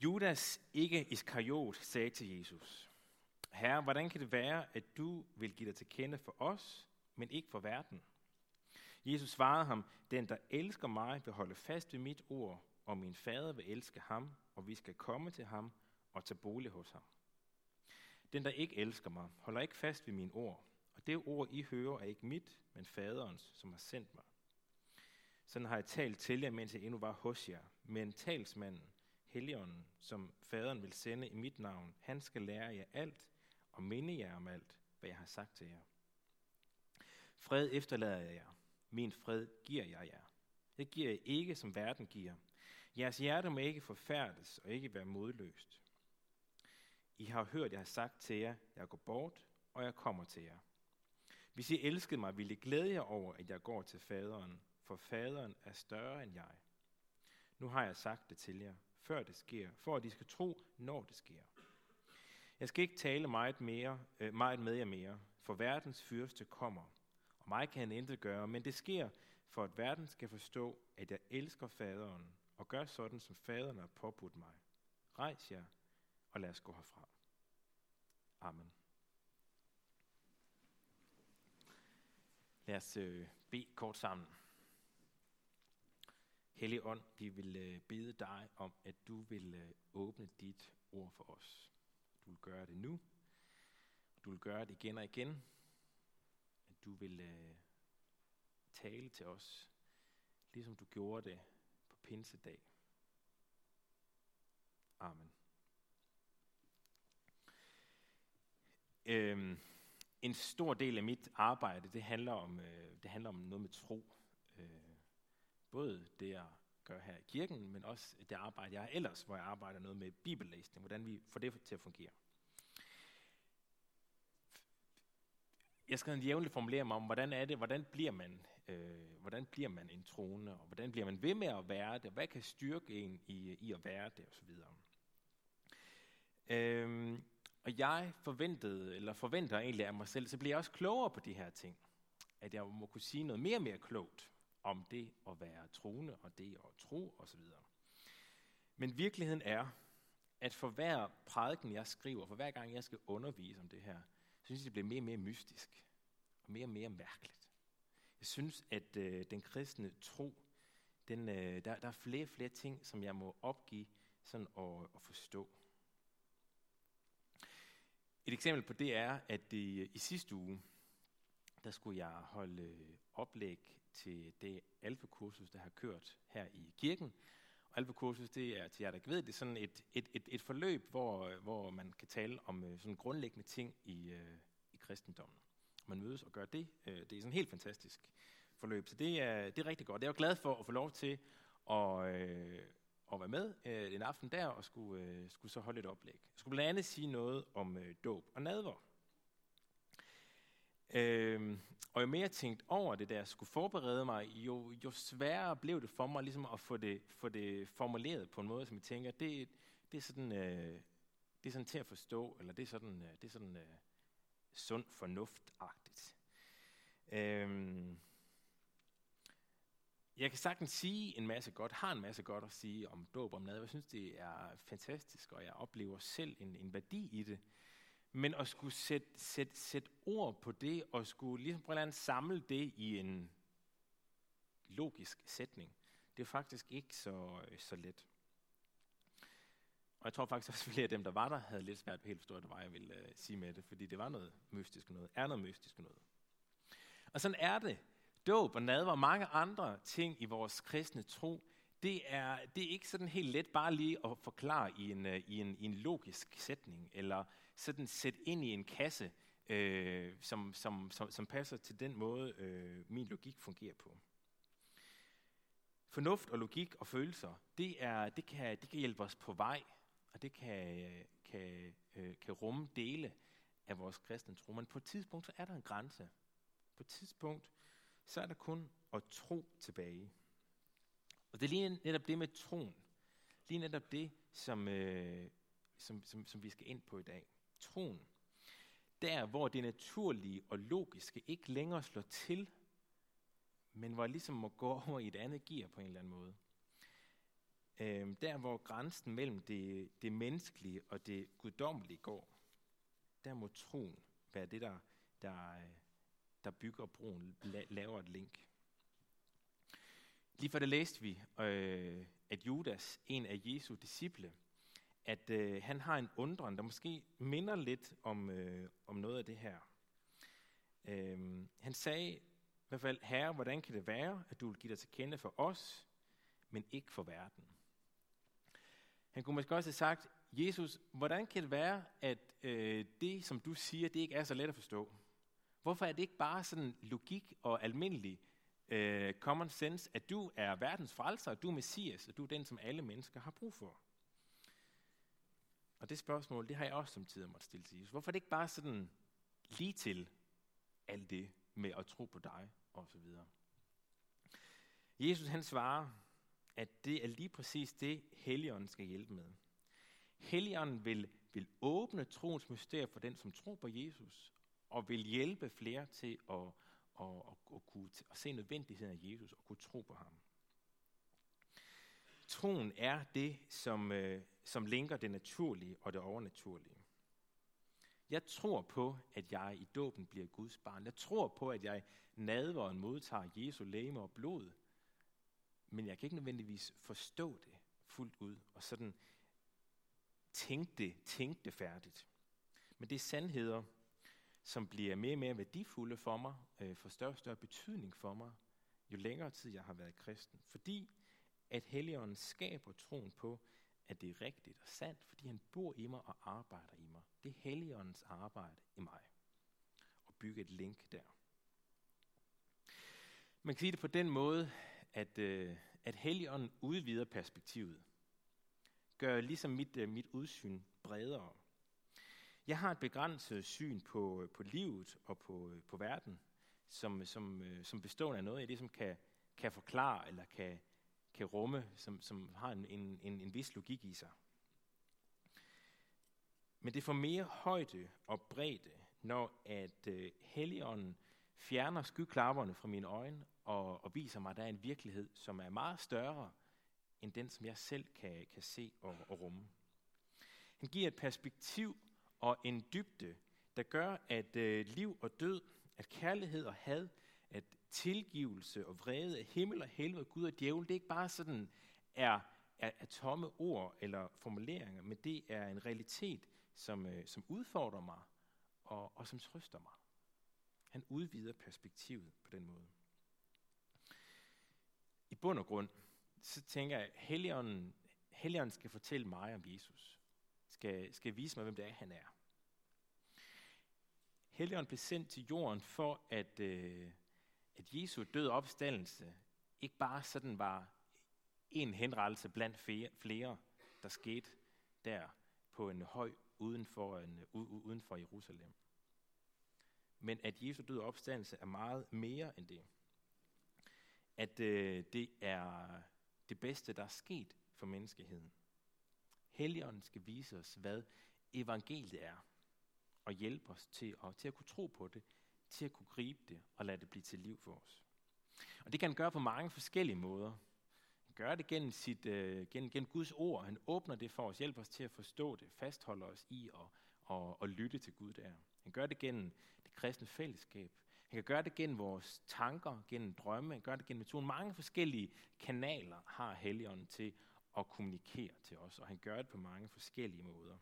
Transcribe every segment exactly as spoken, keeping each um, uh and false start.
Judas, ikke Iskariot, sagde til Jesus: Herre, hvordan kan det være, at du vil give dig til kende for os, men ikke for verden? Jesus svarede ham: Den, der elsker mig, vil holde fast ved mit ord, og min fader vil elske ham, og vi skal komme til ham og tage bolig hos ham. Den, der ikke elsker mig, holder ikke fast ved mine ord, og det ord, I hører, er ikke mit, men faderens, som har sendt mig. Sådan har jeg talt til jer, mens jeg endnu var hos jer, men talsmanden, Helligånden, som faderen vil sende i mit navn, han skal lære jer alt og minde jer om alt, hvad jeg har sagt til jer. Fred efterlader jeg jer, min fred giver jeg jer. Det giver jeg ikke, som verden giver. Jeres hjerte må ikke forfærdes og ikke være modløst. I har hørt, jeg har sagt til jer, jeg går bort, og jeg kommer til jer. Hvis I elskede mig, ville I glæde jer over, at jeg går til faderen, for faderen er større end jeg. Nu har jeg sagt det til jer, før det sker, for at I skal tro, når det sker. Jeg skal ikke tale meget, mere, øh, meget med jer mere, for verdens fyrste kommer, og mig kan han intet gøre, men det sker, for at verden skal forstå, at jeg elsker faderen, og gør sådan, som faderen har påbudt mig. Rejs jer, og lad os gå herfra. Amen. Lad os øh, bede kort sammen. Hellige Ånd, vi vil øh, bede dig om, at du vil øh, åbne dit ord for os. Du vil gøre det nu, og du vil gøre det igen og igen. At du vil øh, tale til os, ligesom du gjorde det på pinsedag. Amen. Øhm, en stor del af mit arbejde, det handler om, øh, det handler om noget med tro. Øh, både det, jeg gør her i kirken, men også det arbejde, jeg har ellers, hvor jeg arbejder noget med bibellæsning, hvordan vi får det til at fungere. Jeg skal jævnligt formulere mig om, hvordan er det, hvordan bliver man, øh, hvordan bliver man en troende, og hvordan bliver man ved med at være det, og hvad kan styrke en i, i at være det, osv. Øhm, og jeg forventede, eller forventer egentlig af mig selv, så bliver jeg også klogere på de her ting. At jeg må kunne sige noget mere og mere klogt om det at være troende, og det at tro, osv. Men virkeligheden er, at for hver prædiken, jeg skriver, for hver gang jeg skal undervise om det her, så synes jeg, det bliver mere og mere mystisk, og mere og mere mærkeligt. Jeg synes, at øh, den kristne tro, den, øh, der, der er flere og flere ting, som jeg må opgive sådan at, at forstå. Et eksempel på det er, at i, i sidste uge, der skulle jeg holde oplæg til det alfakursus, der har kørt her i kirken. Og alfakursus, det er til jer, der ikke ved, det er sådan et, et, et, et forløb, hvor, hvor man kan tale om sådan grundlæggende ting i, i kristendommen. Man mødes og gør det. Det er sådan et helt fantastisk forløb, så det er, det er rigtig godt. Jeg er jo glad for at få lov til at, at være med en aften der, og skulle, skulle så holde et oplæg. Jeg skulle blandt andet sige noget om dåb og nadver. Øhm, og jo mere jeg tænkte over det der, skulle forberede mig, jo, jo sværere blev det for mig ligesom at få det, få det formuleret på en måde, som jeg tænker, det, det, er, sådan, øh, det er sådan til at forstå, eller det er sådan, øh, det er sådan øh, sund fornuftagtigt. Øhm, jeg kan sagtens sige en masse godt, har en masse godt at sige om dåb og om nadver. Jeg synes, det er fantastisk, og jeg oplever selv en, en værdi i det. Men at skulle sætte, sætte, sætte ord på det, og skulle ligesom på en eller anden samle det i en logisk sætning, det er faktisk ikke så, så let. Og jeg tror faktisk også, at flere af dem, der var der, havde lidt svært på helt forstå, hvad jeg ville uh, sige med det, fordi det var noget mystisk noget, er noget mystisk noget. Og sådan er det. Dåb og nadver og mange andre ting i vores kristne tro, Det er, det er ikke sådan helt let bare lige at forklare i en, i en, i en logisk sætning, eller sådan sætte ind i en kasse, øh, som, som, som, som passer til den måde, øh, min logik fungerer på. Fornuft og logik og følelser, det, er, det, kan, det kan hjælpe os på vej, og det kan, kan, øh, kan rumme dele af vores kristne tro. Men på et tidspunkt, så er der en grænse. På et tidspunkt, så er der kun at tro tilbage. Og det er lige netop det med troen. Lige netop det, som, øh, som, som, som vi skal ind på i dag. Troen. Der, hvor det naturlige og logiske ikke længere slår til, men hvor ligesom må gå over i et andet gear på en eller anden måde. øh, der hvor grænsen mellem det, det menneskelige og det guddommelige går, der må troen være det, der, der, der bygger broen, la, laver et link. Lige for det læste vi, øh, at Judas, en af Jesu disciple, at øh, han har en undren, der måske minder lidt om, øh, om noget af det her. Øh, han sagde i hvert fald, Herre, hvordan kan det være, at du vil give dig til kende for os, men ikke for verden? Han kunne måske også have sagt, Jesus, hvordan kan det være, at øh, det, som du siger, det ikke er så let at forstå? Hvorfor er det ikke bare sådan logik og almindelig øh, common sense, at du er verdens frelser, at du er Messias, og du er den, som alle mennesker har brug for? Og det spørgsmål, det har jeg også som tider måtte stille til Jesus. Hvorfor er det ikke bare sådan lige til alt det med at tro på dig, og så videre? Jesus han svarer, at det er lige præcis det, Helligånden skal hjælpe med. Helligånden vil, vil åbne troens mysterier for den, som tror på Jesus, og vil hjælpe flere til at, at, at, at, kunne, at se nødvendigheden af Jesus og kunne tro på ham. Troen er det, som, øh, som linker det naturlige og det overnaturlige. Jeg tror på, at jeg i dåben bliver Guds barn. Jeg tror på, at jeg nadveren modtager Jesu legeme og blod. Men jeg kan ikke nødvendigvis forstå det fuldt ud og sådan tænke det, tænke det færdigt. Men det er sandheder, som bliver mere og mere værdifulde for mig, øh, får større og større betydning for mig, jo længere tid jeg har været kristen. Fordi at Helligånden skaber troen på, at det er rigtigt og sandt, fordi han bor i mig og arbejder i mig. Det er Helligåndens arbejde i mig. Og bygge et link der. Man kan sige det på den måde, at, øh, at Helligånden udvider perspektivet. Gør ligesom mit, øh, mit udsyn bredere. Jeg har et begrænset syn på, på livet og på, på verden, som, som, øh, som består af noget, jeg ligesom kan, kan forklare eller kan, kan rumme, som, som har en, en, en, en vis logik i sig. Men det får mere højde og bredde, når at øh, Helligånden fjerner skyklapperne fra mine øjne og, og viser mig, at der er en virkelighed, som er meget større end den, som jeg selv kan, kan se og, og rumme. Han giver et perspektiv og en dybde, der gør, at øh, liv og død, at kærlighed og had, at tilgivelse og vrede, at himmel og helvede, Gud og djævel, det er ikke bare sådan er, er, er tomme ord eller formuleringer, men det er en realitet, som, øh, som udfordrer mig og, og som trøster mig. Han udvider perspektivet på den måde. I bund og grund, så tænker jeg, at Helligånden, Helligånden skal fortælle mig om Jesus. Skal, skal vise mig, hvem det er, han er. Helligånden blev sendt til jorden for, at, øh, at Jesu død og opstandelse ikke bare sådan var en henrettelse blandt flere, der skete der på en høj uden for, en, uden for Jerusalem. Men at Jesu død og opstandelse er meget mere end det. At øh, det er det bedste, der er sket for menneskeheden. Helligånden skal vise os, hvad evangeliet er, og hjælpe os til at, til at kunne tro på det, til at kunne gribe det og lade det blive til liv for os. Og det kan han gøre på mange forskellige måder. Han gør det gennem, sit, øh, gennem, gennem Guds ord. Han åbner det for os, hjælper os til at forstå det, fastholder os i at og, og lytte til Gud der. Han gør det gennem det kristne fællesskab. Han kan gøre det gennem vores tanker, gennem drømme. Han gør det gennem metoden. Mange forskellige kanaler har Helligånden til at kommunikere til os, og han gør det på mange forskellige måder.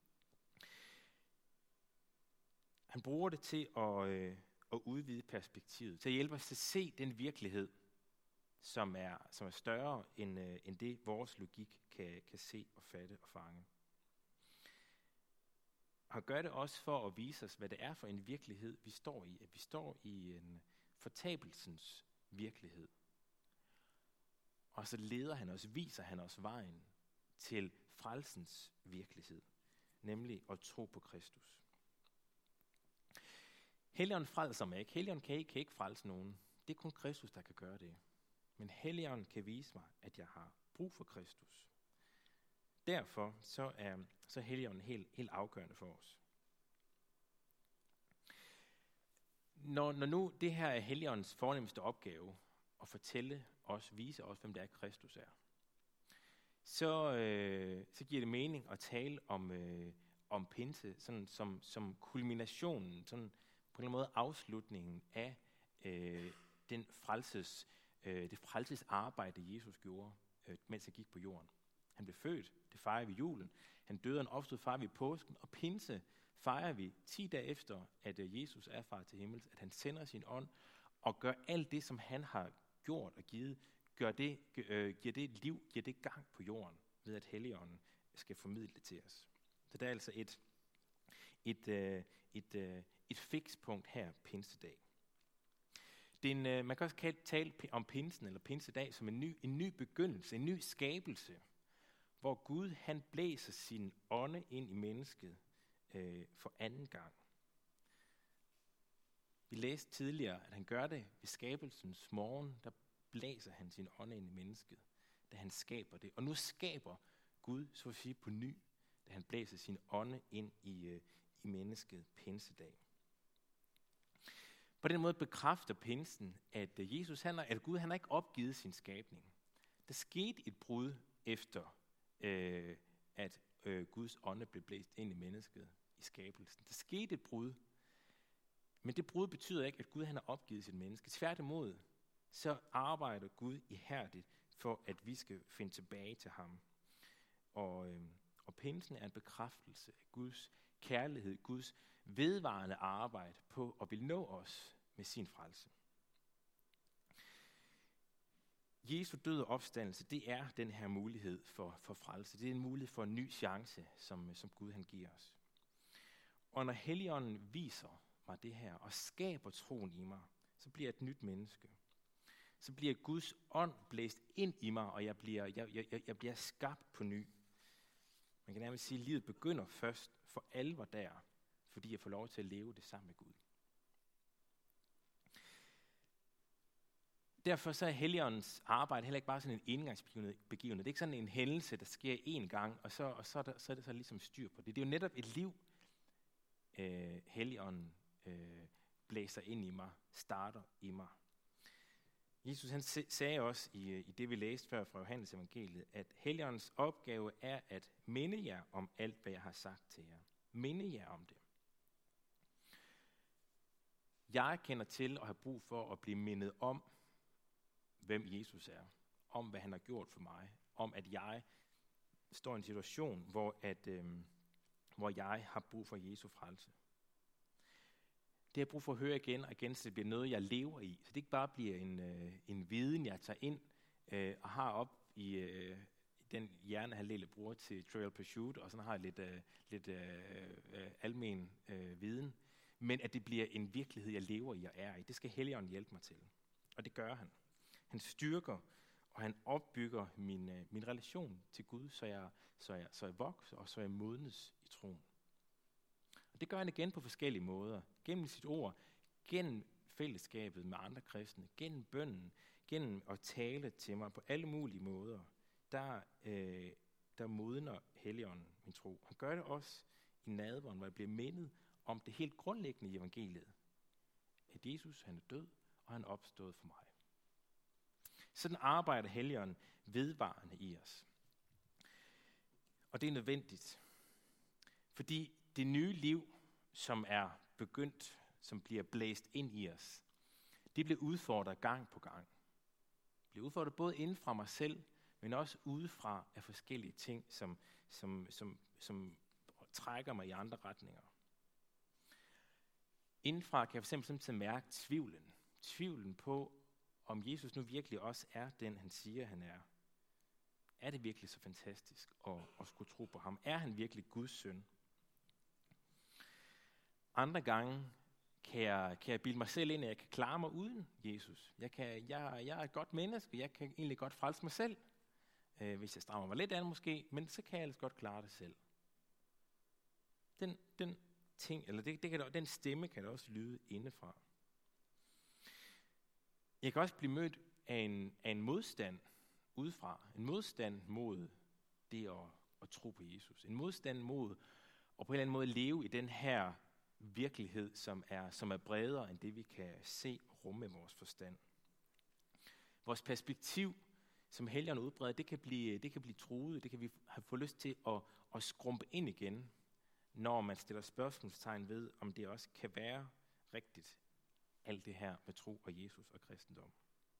Han bruger det til at, øh, at udvide perspektivet, til at hjælpe os til at se den virkelighed, som er, som er større end, øh, end det, vores logik kan, kan se og fatte og fange. Han gør det også for at vise os, hvad det er for en virkelighed, vi står i. At vi står i en fortabelsens virkelighed. Og så leder han os, viser han os vejen til frelsens virkelighed, nemlig at tro på Kristus. Helligånden frelser mig ikke. Helligånden kan ikke, kan ikke frelse nogen. Det er kun Kristus, der kan gøre det. Men Helligånden kan vise mig, at jeg har brug for Kristus. Derfor så er så Helligånden helt, helt afgørende for os. Når, når nu det her er Helligåndens fornemmeste opgave, at fortælle os, vise os, hvem det er, Kristus er, så, øh, så giver det mening at tale om, øh, om pinse, sådan som, som kulminationen, sådan på en eller anden måde afslutningen af øh, den frelses, øh, det frelses arbejde, Jesus gjorde, øh, mens han gik på jorden. Han blev født, det fejrer vi julen. Han døde, og opstod, fejrer vi påsken, og pinse fejrer vi ti dage efter, at øh, Jesus er far til himmels, at han sender sin ånd og gør alt det, som han har gjort og givet, gør det, øh, giver det liv, giver det gang på jorden, ved at Helligånden skal formidle det til os. Så der er altså et, et, øh, et, øh, et fikspunkt her, pinsedag. Det er en, øh, man kan også kalde, tale om pinsen eller pinsedag som en ny, en ny begyndelse, en ny skabelse, hvor Gud han blæser sin ånde ind i mennesket øh, for anden gang. Vi læste tidligere, at han gør det ved skabelsens morgen, der blæser han sin ånde ind i mennesket, da han skaber det. Og nu skaber Gud, så at sige, på ny, da han blæser sin ånde ind i, øh, i mennesket pinsedag. På den måde bekræfter pinsen, at Jesus, han er, at Gud han har ikke opgivet sin skabning. Der skete et brud efter, øh, at øh, Guds ånde blev blæst ind i mennesket i skabelsen. Der skete et brud, men det brud betyder ikke, at Gud han har opgivet sit menneske. Tværtimod, så arbejder Gud ihærdigt for, at vi skal finde tilbage til ham. Og, øh, og pinsen er en bekræftelse af Guds kærlighed, Guds vedvarende arbejde på at vil nå os med sin frelse. Jesu død og opstandelse, det er den her mulighed for, for frelse. Det er en mulighed for en ny chance, som, som Gud han giver os. Og når Helligånden viser mig det her og skaber troen i mig, så bliver jeg et nyt menneske. Så bliver Guds ånd blæst ind i mig, og jeg bliver, jeg, jeg, jeg bliver skabt på ny. Man kan nærmest sige, at livet begynder først for alvor der, fordi jeg får lov til at leve det sammen med Gud. Derfor så er Helligåndens arbejde heller ikke bare sådan en engangsbegivenhed. Det er ikke sådan en hændelse, der sker én gang, og så, og så, er, der, så er det så ligesom styr på det. Det er jo netop et liv, øh, Helligånden øh, blæser ind i mig, starter i mig. Jesus han sagde også i, i det, vi læste før fra Johannes evangeliet, at Helligåndens opgave er at minde jer om alt, hvad jeg har sagt til jer. Minde jer om det. Jeg kender til og har brug for at blive mindet om, hvem Jesus er. Om, hvad han har gjort for mig. Om, at jeg står i en situation, hvor, at, øh, hvor jeg har brug for Jesu frelse. Det har jeg brug for at høre igen og igen, så det bliver noget, jeg lever i. Så det ikke bare bliver en, øh, en viden, jeg tager ind øh, og har op i øh, den hjernehalvdel, jeg bruger til Trivial Pursuit, og sådan har jeg lidt, øh, lidt øh, øh, almen øh, viden. Men at det bliver en virkelighed, jeg lever i og er i. Det skal Helligånden hjælpe mig til. Og det gør han. Han styrker, og han opbygger min, øh, min relation til Gud, så jeg, så, jeg, så jeg vokser, og så jeg modnes i troen. Og det gør han igen på forskellige måder. Gennem sit ord, gennem fællesskabet med andre kristne, gennem bønnen, gennem at tale til mig på alle mulige måder. Der, øh, der modner Helligånden min tro. Han gør det også i nadveren, hvor jeg bliver mindet om det helt grundlæggende i evangeliet. At Jesus han er død, og han er opstået for mig. Sådan arbejder Helligånden vedvarende i os. Og det er nødvendigt. Fordi det nye liv, som er begyndt, som bliver blæst ind i os, det bliver udfordret gang på gang. Det bliver udfordret både inden fra mig selv, men også udefra af forskellige ting, som, som, som, som trækker mig i andre retninger. Indenfra kan jeg for eksempel mærke tvivlen. Tvivlen på, om Jesus nu virkelig også er den, han siger, han er. Er det virkelig så fantastisk at, at skulle tro på ham? Er han virkelig Guds søn? Andre gange kan jeg, kan jeg bilde mig selv ind, at jeg kan klare mig uden Jesus. Jeg, kan, jeg, jeg er et godt menneske, jeg kan egentlig godt frelse mig selv. Øh, hvis jeg strammer mig lidt an måske, men så kan jeg ellers godt klare det selv. Den, den, ting, eller det, det kan, den stemme kan da også lyde indefra. Jeg kan også blive mødt af en, af en modstand udefra. En modstand mod det at, at tro på Jesus. En modstand mod at på en eller anden måde leve i den her virkelighed, som er, som er bredere end det, vi kan se og rumme med vores forstand. Vores perspektiv som Helligånden udbreder, det kan blive, det kan blive truet, det kan vi have få lyst til at, at skrumpe ind igen, når man stiller spørgsmålstegn ved, om det også kan være rigtigt, alt det her med tro og Jesus og kristendom.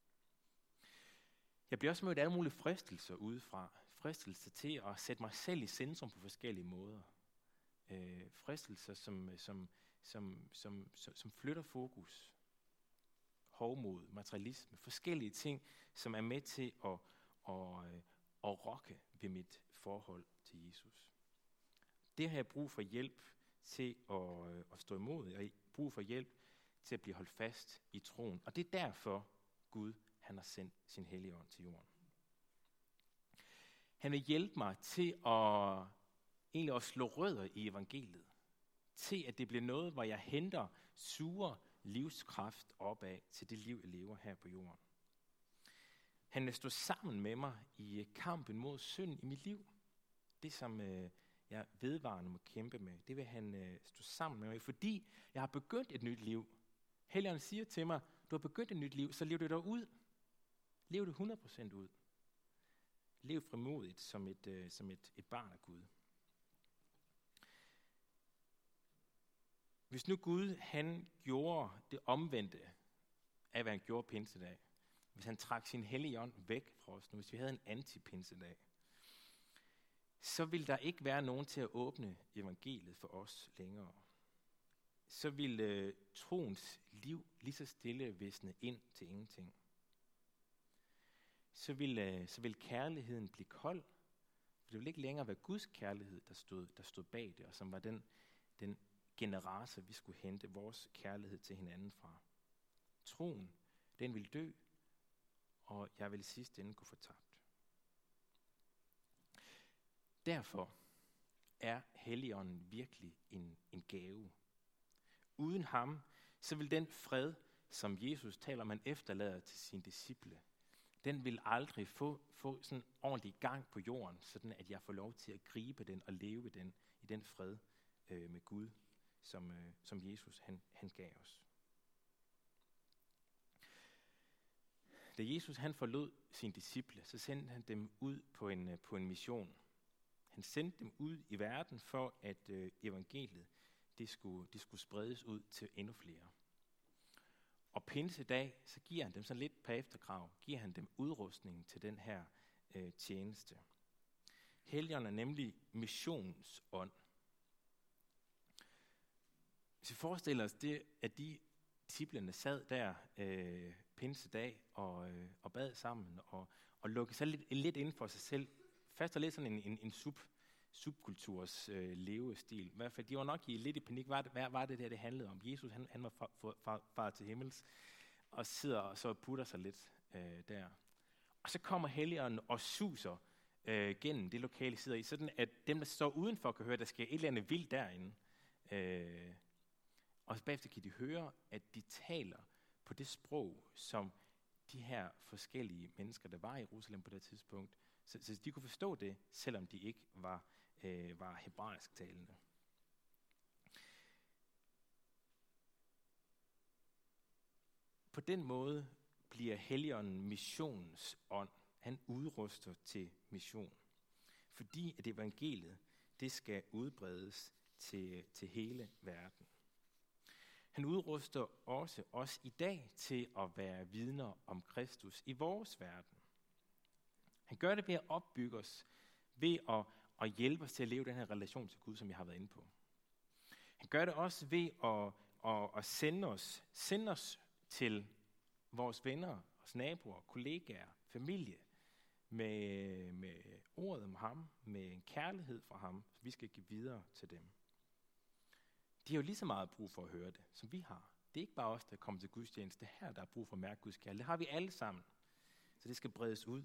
Jeg bliver også mødt af alle mulige fristelser udefra. Fristelser til at sætte mig selv i centrum på forskellige måder. Øh, fristelser, som, som, som, som, som, som flytter fokus. Hovmod, materialisme, forskellige ting, som er med til at, at, at rokke ved mit forhold til Jesus. Det har jeg brug for hjælp til at, at stå imod. Jeg har brug for hjælp til at blive holdt fast i troen. Og det er derfor, Gud han har sendt sin hellige ånd til jorden. Han vil hjælpe mig til at, egentlig at slå rødder i evangeliet. Til at det bliver noget, hvor jeg henter sure livskraft opad til det liv, jeg lever her på jorden. Han vil stå sammen med mig i kampen mod synd i mit liv. Det, som øh, jeg vedvarende må kæmpe med, det vil han øh, stå sammen med mig, fordi jeg har begyndt et nyt liv. Helligånden siger til mig, du har begyndt et nyt liv, så lev det dog ud. Lev det hundrede procent ud. Lev frimodigt som et, øh, som et, et barn af Gud. Hvis nu Gud, han gjorde det omvendte af, hvad han gjorde pinsedag, hvis han trak sin hellige ånd væk fra os nu, hvis vi havde en anti-pinsedag, så ville der ikke være nogen til at åbne evangeliet for os længere. Så ville øh, troens liv lige så stille visne ind til ingenting. Så ville, øh, så ville kærligheden blive kold, for det ville ikke længere være Guds kærlighed, der stod, der stod bag det, og som var den, den generator, vi skulle hente vores kærlighed til hinanden fra. Troen, den ville dø, og jeg ville i sidste ende gå fortabt. Derfor er Helligånden virkelig en, en gave. Uden ham, så vil den fred, som Jesus taler, man efterlader til sine disciple, den vil aldrig få, få sådan ordentlig gang på jorden, sådan at jeg får lov til at gribe den og leve den, i den fred øh, med Gud, som, øh, som Jesus han, han gav os. Da Jesus han forlod sine disciple, så sendte han dem ud på en, på en mission. Han sendte dem ud i verden for, at øh, evangeliet det skulle, det skulle spredes ud til endnu flere. Og pinsedag, så giver han dem sådan lidt på efterkrav, giver han dem udrustning til den her øh, tjeneste. Helligånden er nemlig missionsånd. Hvis vi forestiller os det, at de disciplene sad der øh, pinsedag og, øh, og bad sammen og, og lukkede sig lidt, lidt inden for sig selv, fast og lidt sådan en, en, en sub, subkulturs øh, levestil. I hvert fald, de var nok i, lidt i panik. Hvad, hvad var det der, det handlede om? Jesus, han, han var far, far, far, far til himmels, og sidder og så putter sig lidt øh, der. Og så kommer Helligånden og suser øh, gennem det lokale, sidder i, sådan at dem, der står udenfor, kan høre, at der sker et eller andet vildt derinde. Øh, og bagefter kan de høre, at de taler på det sprog, som de her forskellige mennesker, der var i Jerusalem på det tidspunkt, så, så de kunne forstå det, selvom de ikke var, øh, var hebraisk talende. På den måde bliver Helligånden missionens ånd. Han udruster til mission. Fordi at evangeliet, det skal udbredes til, til hele verden. Han udruster også os i dag til at være vidner om Kristus i vores verden. Han gør det ved at opbygge os, ved at, at hjælpe os til at leve den her relation til Gud, som jeg har været inde på. Han gør det også ved at, at, at sende, os, sende os til vores venner, vores naboer, kollegaer, familie, med, med ordet om ham, med en kærlighed fra ham, som vi skal give videre til dem. De har jo lige så meget brug for at høre det, som vi har. Det er ikke bare os, der kommer til gudstjeneste. Det her, der er brug for at mærke Guds kærlighed. Det har vi alle sammen. Så det skal bredes ud.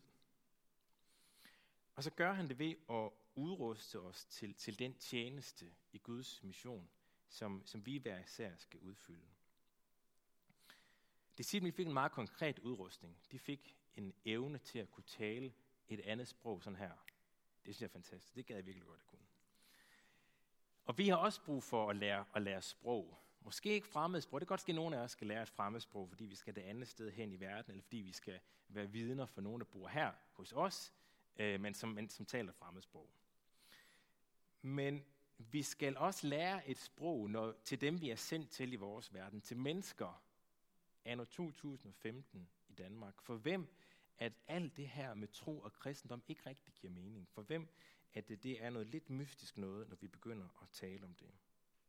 Og så gør han det ved at udruste os til, til den tjeneste i Guds mission, som, som vi hver især skal udfylde. Disciplene fik en meget konkret udrustning. De fik en evne til at kunne tale et andet sprog sådan her. Det synes jeg er fantastisk. Det gad jeg virkelig godt at kunne. Og vi har også brug for at lære, at lære sprog. Måske ikke fremmedsprog. Det kan godt ske, at nogen af os skal lære et fremmedsprog, fordi vi skal det andet sted hen i verden, eller fordi vi skal være vidner for nogen, der bor her hos os, øh, men, som, men som taler fremmedsprog. Men vi skal også lære et sprog når, til dem, vi er sendt til i vores verden, til mennesker anno to tusind og femten i Danmark. For hvem at alt det her med tro og kristendom ikke rigtig giver mening. For hvem at det, det er noget lidt mystisk noget, når vi begynder at tale om det.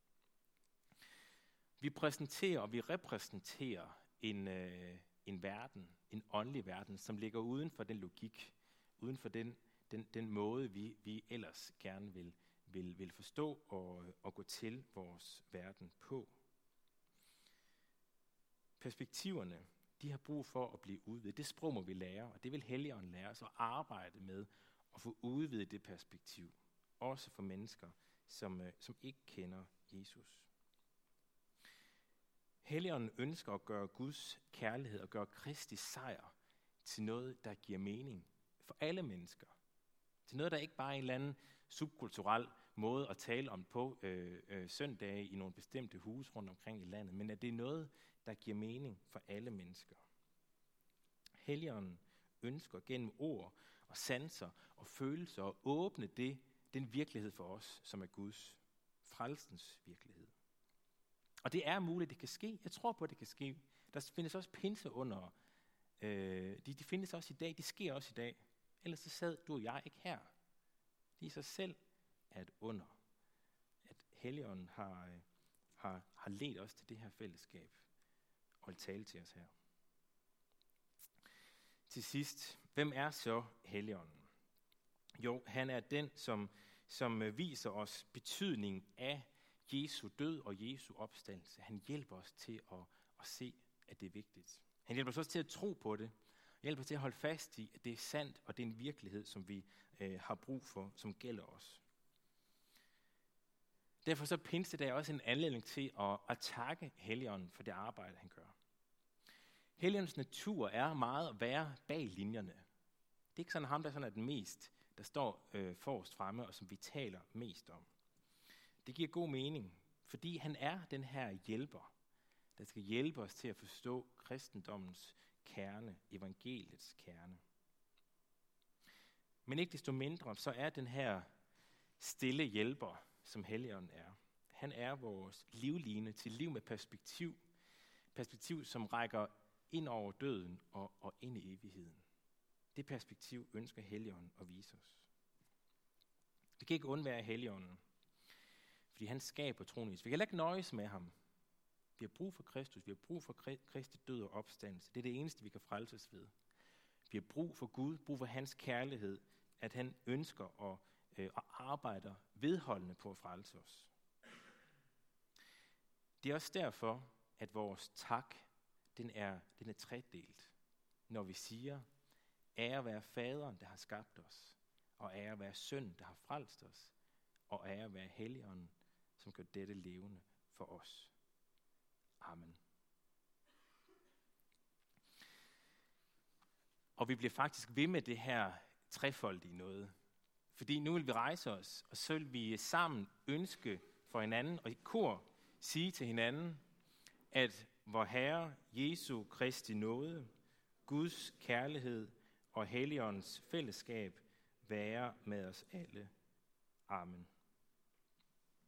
Vi præsenterer og vi repræsenterer en, øh, en verden, en åndelig verden, som ligger uden for den logik, uden for den, den, den måde, vi, vi ellers gerne vil, vil, vil forstå og, og gå til vores verden på. Perspektiverne, de har brug for at blive udvidet. Det sprog må vi lære, og det vil Helligånden lære os at arbejde med at få udvidet det perspektiv. Også for mennesker, som, øh, som ikke kender Jesus. Helligånden ønsker at gøre Guds kærlighed og gøre Kristi sejr til noget, der giver mening for alle mennesker. Til noget, der ikke bare er en eller anden subkulturel måde at tale om på øh, øh, søndage i nogle bestemte huse rundt omkring i landet, men at det er noget, der giver mening for alle mennesker. Helligånden ønsker gennem ord og sanser og følelser at åbne det, den virkelighed for os, som er Guds frelsens virkelighed. Og det er muligt, det kan ske. Jeg tror på, at det kan ske. Der findes også pinse under. Øh, de, de findes også i dag. De sker også i dag. Ellers så sad du og jeg ikke her. Det i sig selv er et under. At Helligånden har, øh, har, har ledt os til det her fællesskab. Og vil tale til os her. Til sidst, hvem er så Helligånden? Jo, han er den, som, som viser os betydningen af Jesu død og Jesu opstandelse. Han hjælper os til at, at se, at det er vigtigt. Han hjælper os også til at tro på det. Han hjælper os til at holde fast i, at det er sandt, og det er en virkelighed, som vi øh, har brug for, som gælder os. Derfor så pinse der også en anledning til at, at takke Helligånden for det arbejde, han gør. Helligåndens natur er meget at være bag linjerne. Det er ikke sådan ham, der sådan er den mest, der står øh, forrest fremme, og som vi taler mest om. Det giver god mening, fordi han er den her hjælper, der skal hjælpe os til at forstå kristendommens kerne, evangeliets kerne. Men ikke desto mindre, så er den her stille hjælper, som Helligånden er. Han er vores livline til liv med perspektiv. Perspektiv, som rækker ind over døden og, og ind i evigheden. Det perspektiv ønsker Helligånden at vise os. Vi kan ikke undvære Helligånden, fordi han skaber troen i os. Vi kan heller ikke nøjes med ham. Vi har brug for Kristus, vi har brug for Kristi død og opstandelse. Det er det eneste, vi kan frelses ved. Vi har brug for Gud, brug for hans kærlighed, at han ønsker at, øh, at arbejde vedholdende på at frelse os. Det er også derfor, at vores tak, den er, den er tredelt. Når vi siger, ære være faderen, der har skabt os, og ære være sønnen, der har frelst os, og ære være Helligånden, som gør dette levende for os. Amen. Og vi bliver faktisk ved med det her trefoldige noget. Fordi nu vil vi rejse os, og så vil vi sammen ønske for hinanden, og i kor sige til hinanden, at vor Herre Jesu Kristi nåde, Guds kærlighed og Helligåndens fællesskab være med os alle. Amen.